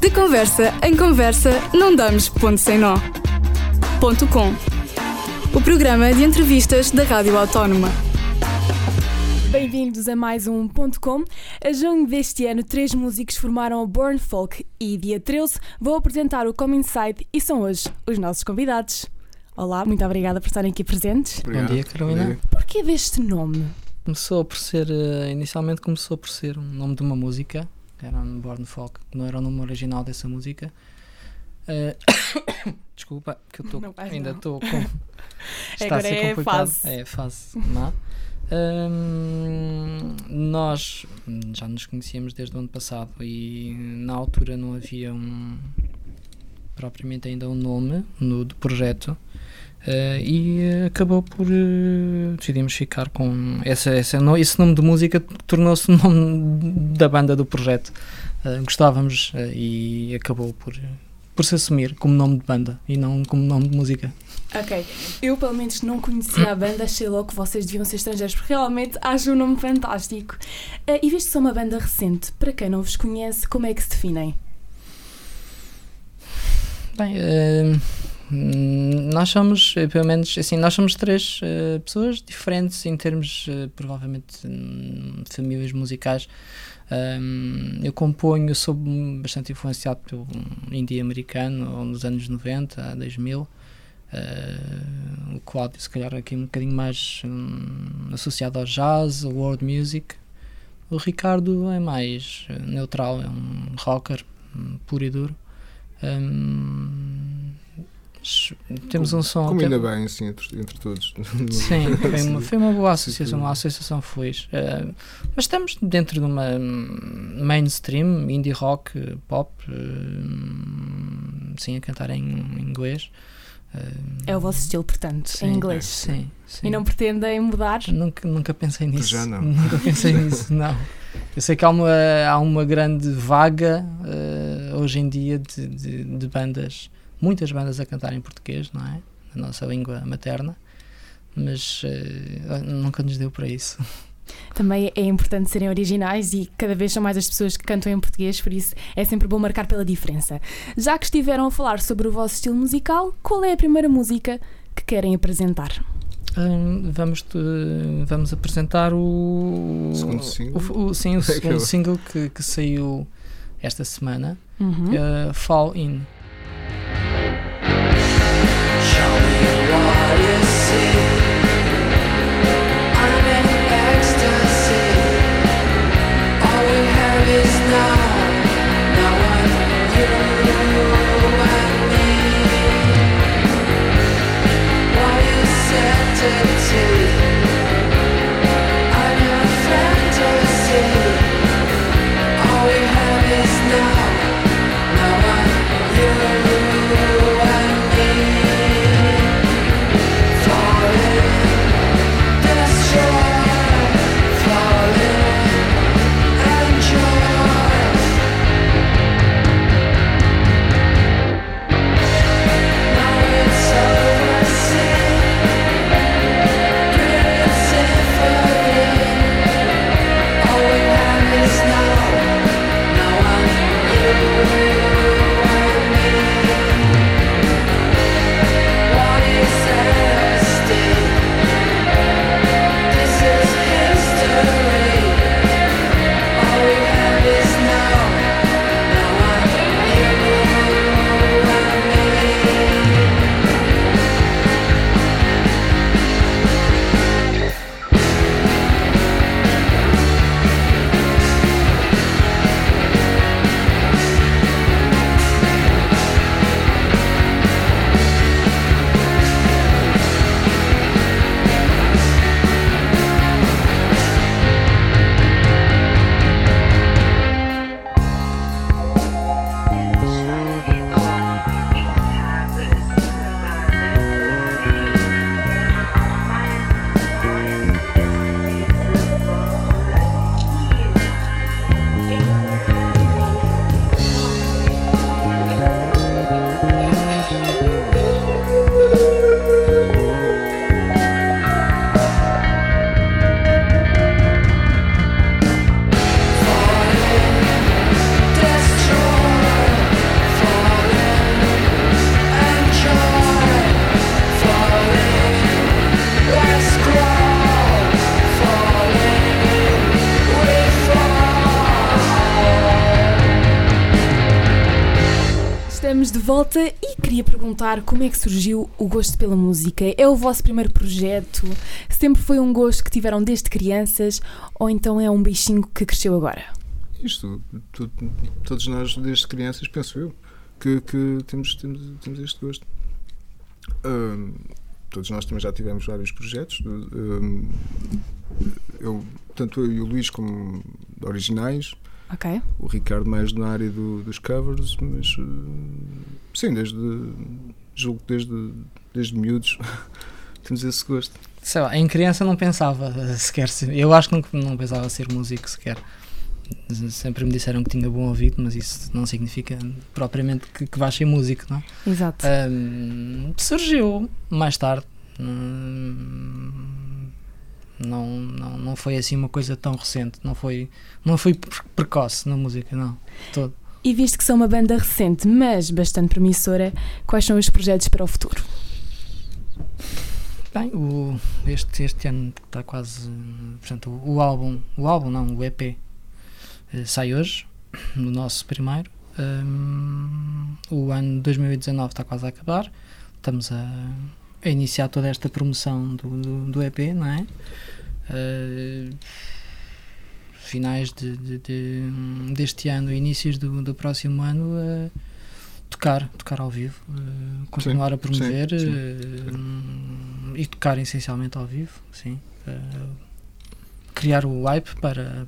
De conversa em conversa, não damos ponto sem nó. Ponto Com. O programa de entrevistas da Rádio Autónoma. Bem-vindos a mais um Ponto Com. A junho deste ano, 3 músicos formaram a Born Folk e dia 13 vou apresentar o Come Inside e são hoje os nossos convidados. Olá, muito obrigada por estarem aqui presentes. Obrigado. Bom dia, Carolina. Porquê deste nome? Inicialmente começou por ser um nome de uma música, que era um Born Folk, que não era o nome original dessa música. Desculpa, que eu ainda estou com... Está agora a ser é complicado. fase. É fase má. Nós já nos conhecíamos desde o ano passado e na altura não havia propriamente ainda um nome do projeto. E acabou por decidimos ficar com esse nome de música, tornou-se o nome da banda do projeto. Gostávamos e acabou por se assumir como nome de banda e não como nome de música. Ok, eu pelo menos não conhecia a banda, achei logo que vocês deviam ser estrangeiros, porque realmente acho um nome fantástico. E visto que são uma banda recente, para quem não vos conhece, como é que se definem? Bem, nós somos, pelo menos, assim, nós somos 3 pessoas diferentes em termos, provavelmente, de famílias musicais. Eu sou bastante influenciado pelo indie americano, nos anos 90, 2000. O Cláudio, se calhar, aqui um bocadinho mais associado ao jazz, ao world music. O Ricardo é mais neutral, é um rocker puro e duro. Temos um som... Combina bem, assim, entre todos. Sim, foi uma boa associação, uma associação feliz. Mas estamos dentro de uma mainstream, indie rock, pop, sim, a cantar em inglês. É o vosso estilo, portanto, sim, em inglês. Sim. E não pretendem mudar? Nunca pensei nisso. Já não. Nunca pensei nisso, não. Eu sei que há uma grande vaga hoje em dia de bandas, muitas bandas a cantar em português, não é? Na nossa língua materna, mas nunca nos deu para isso. Também é importante serem originais e cada vez são mais as pessoas que cantam em português, por isso é sempre bom marcar pela diferença. Já que estiveram a falar sobre o vosso estilo musical, qual é a primeira música que querem apresentar? Vamos apresentar o segundo single. O segundo single que saiu esta semana, Fall In. Show me what you see. I'm in ecstasy. All we have is now. Now I'm you and me. What you said to I'm your fantasy. All we have is now. Now I'm you. Estamos de volta e queria perguntar como é que surgiu o gosto pela música. É o vosso primeiro projeto? Sempre foi um gosto que tiveram desde crianças ou então é um bichinho que cresceu agora? Todos nós, desde crianças, penso eu, que temos este gosto. Todos nós também já tivemos vários projetos, tanto eu e o Luís como originais. Ok. O Ricardo mais na área dos covers, mas sim, julgo que desde miúdos temos esse gosto. Sei lá, em criança não pensava sequer eu acho que não pensava ser músico sequer. Sempre me disseram que tinha bom ouvido, mas isso não significa propriamente que vais ser músico, não é? Exato. Surgiu mais tarde. Não foi assim uma coisa tão recente, não foi precoce na música, não, todo. E visto que são uma banda recente, mas bastante promissora, quais são os projetos para o futuro? Bem, este ano está quase, portanto, o EP sai hoje, no nosso primeiro. O ano 2019 está quase a acabar, estamos a iniciar toda esta promoção do EP, não é? Finais deste ano, inícios do próximo ano, tocar ao vivo, continuar a promover e tocar essencialmente ao vivo, sim. Criar o hype para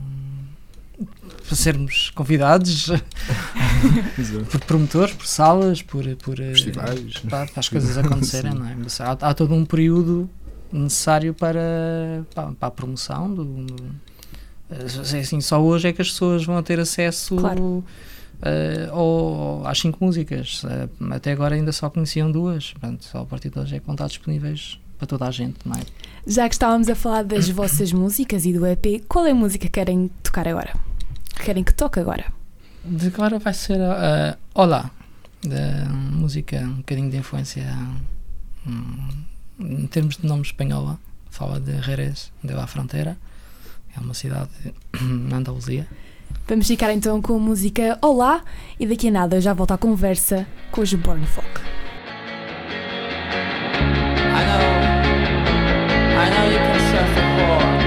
sermos convidados por promotores, por salas, por festivais, para as coisas acontecerem, não é? Há todo um período necessário para a promoção assim, só hoje é que as pessoas vão ter acesso, claro, às 5 músicas. Até agora ainda só conheciam 2, portanto, só a partir de hoje é que vão estar disponíveis para toda a gente, não é? Já que estávamos a falar das vossas músicas e do EP, qual é a música que querem tocar agora? Querem que toque agora? De agora vai ser Olá, da música um bocadinho de influência em termos de nome espanhola, fala de Jerez de la Frontera, é uma cidade na Andaluzia. Vamos ficar então com a música Olá e daqui a nada eu já volto à conversa com os Born Folk. I know you can surf the floor.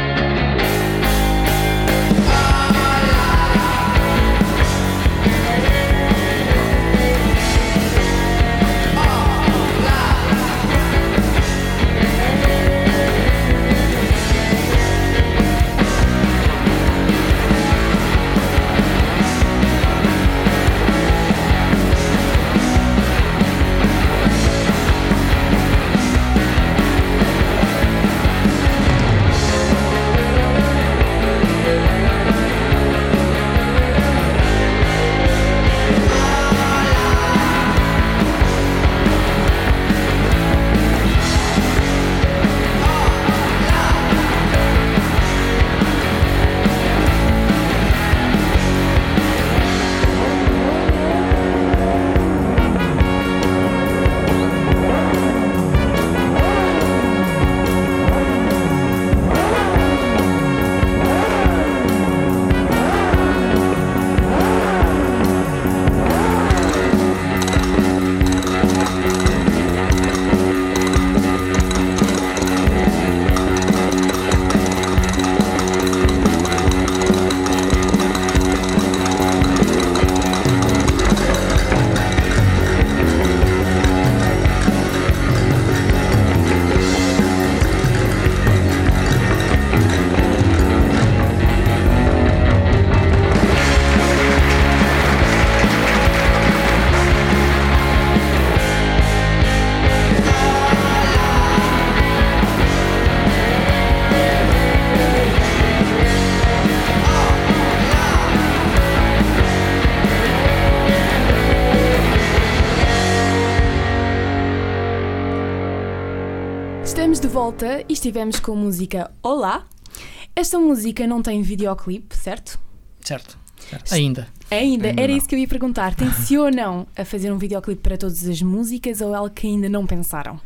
Estamos de volta e estivemos com a música Olá. Esta música não tem videoclipe, certo? Certo. Ainda Era não. isso que eu ia perguntar. Tencionam a fazer um videoclipe para todas as músicas ou é algo que ainda não pensaram?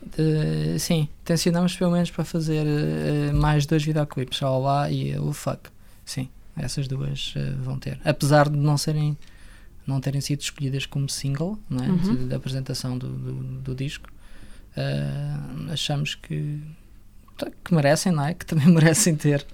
Sim, tencionamos pelo menos para fazer mais 2 videoclipes, a Olá e o Fuck. Sim, essas duas vão ter. Apesar de não serem não terem sido escolhidas como single, não é? Da apresentação do disco, achamos que merecem, não é? Que também merecem ter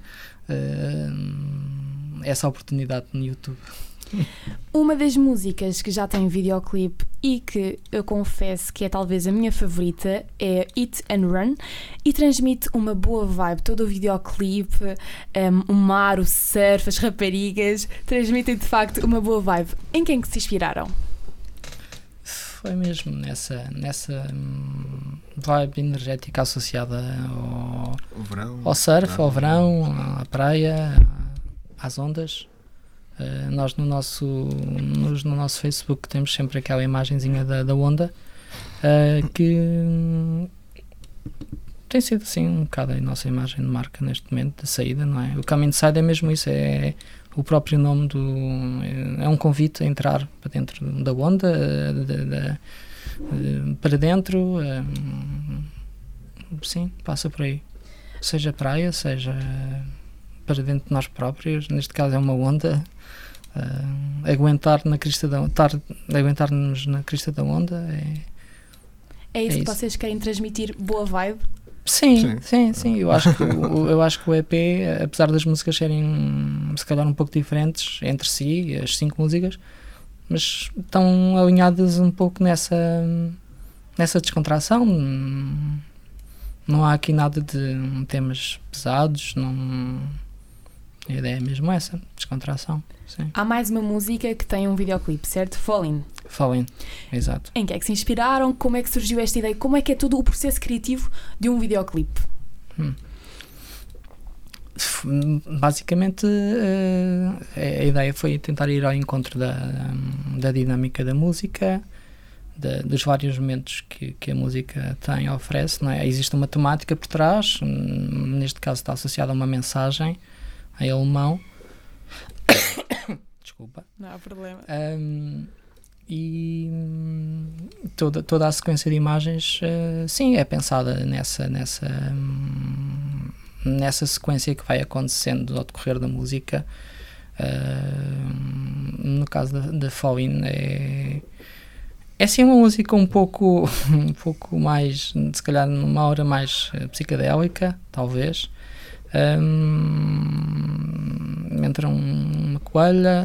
essa oportunidade no YouTube. Uma das músicas que já tem videoclipe e que eu confesso que é talvez a minha favorita é Hit and Run, e transmite uma boa vibe. Todo o videoclipe, o mar, o surf, as raparigas, transmitem de facto uma boa vibe. Em quem que se inspiraram? Foi mesmo nessa vibe energética associada ao surf, ao verão, à praia, às ondas. Nós no nosso Facebook temos sempre aquela imagenzinha da onda, que tem sido assim um bocado a nossa imagem de marca neste momento, de saída, não é? O Come Inside é mesmo isso, é o próprio nome é um convite a entrar para dentro da onda, para dentro, sim, passa por aí, seja praia, seja para dentro de nós próprios, neste caso é uma onda. Aguentar-nos na crista da onda é isso que vocês querem transmitir, boa vibe? Sim. Eu acho que o EP, apesar das músicas serem se calhar um pouco diferentes entre si, as 5 músicas, mas estão alinhadas um pouco nessa descontração. Não há aqui nada de temas pesados, a ideia é mesmo essa, descontração. Sim. Há mais uma música que tem um videoclipe, certo? Falling, exato. Em que é que se inspiraram? Como é que surgiu esta ideia? Como é que é todo o processo criativo de um videoclipe? Basicamente, a ideia foi tentar ir ao encontro da dinâmica da música, dos vários momentos que a música oferece, não é? Existe uma temática por trás, neste caso está associada a uma mensagem em alemão. Desculpa. Não há problema. E toda a sequência de imagens, sim, é pensada nessa sequência que vai acontecendo ao decorrer da música. No caso da Falling, é sim uma música um pouco mais, se calhar numa hora mais psicadélica, talvez. Entra uma coelha,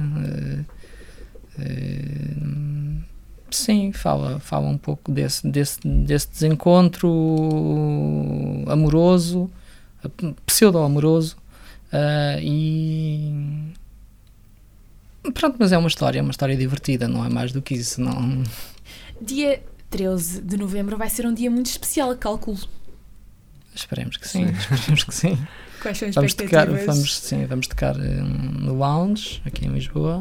sim, fala um pouco desse desencontro amoroso, pseudo-amoroso, e pronto, mas é uma história divertida, não é mais do que isso, não. Dia 13 de novembro vai ser um dia muito especial, calculo. Esperemos que sim. Quais são as expectativas? Vamos tocar no Lounge, aqui em Lisboa.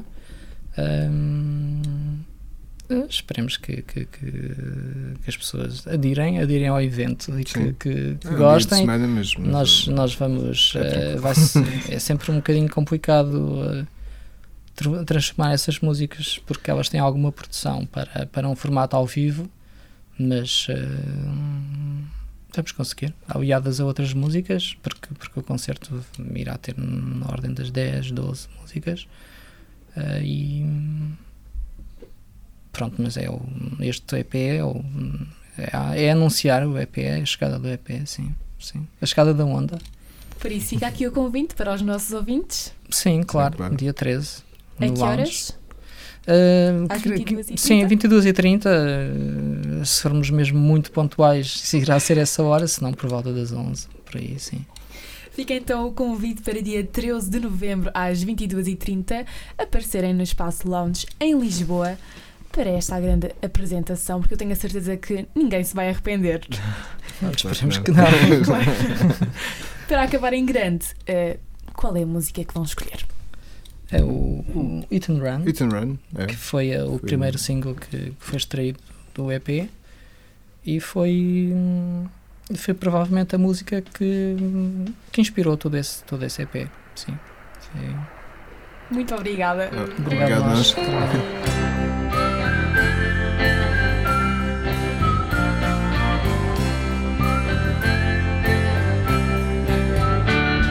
Esperemos que as pessoas adirem ao evento e que gostem. Mesmo, nós vamos. É sempre um bocadinho complicado transformar essas músicas, porque elas têm alguma produção para um formato ao vivo, mas vamos conseguir, aliadas a outras músicas, porque o concerto irá ter na ordem das 10, 12 músicas, e pronto, mas este EP é anunciar o EP, a chegada do EP, sim, a chegada da onda. Por isso fica aqui o convite para os nossos ouvintes. Sim, claro. Dia 13. A que horas? Às 22h30? Sim, 22h30. Se formos mesmo muito pontuais, irá ser essa hora, se não por volta das 11, por aí, sim. Fica então o convite para dia 13 de novembro às 22h30 aparecerem no Espaço Lounge em Lisboa para esta grande apresentação, porque eu tenho a certeza que ninguém se vai arrepender. Esperemos que não. Para acabar em grande, qual é a música que vão escolher? É o Hit and Run, que foi o primeiro single que foi extraído do EP, e foi provavelmente a música que inspirou todo esse EP. Sim. Muito obrigada. Obrigado a nós.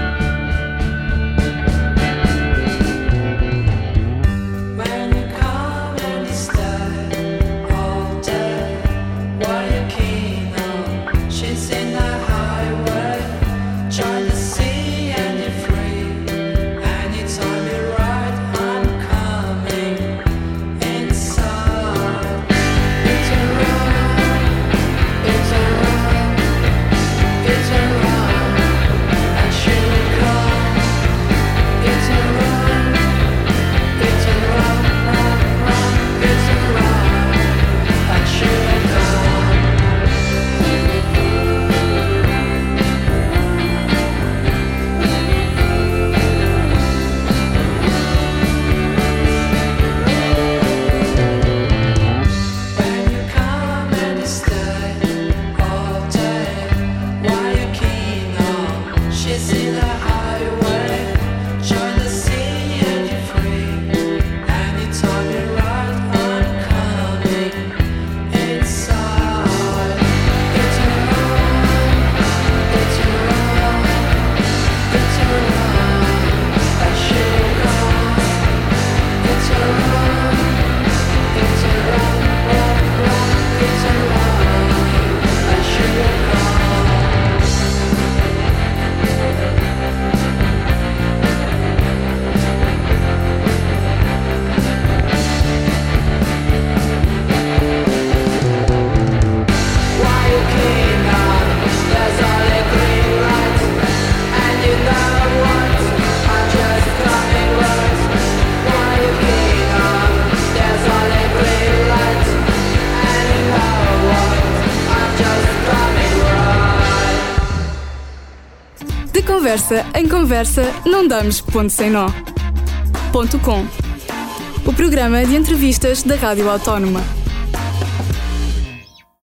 When you call conversa em conversa não damos ponto sem nó. .com, o programa de entrevistas da Rádio Autónoma.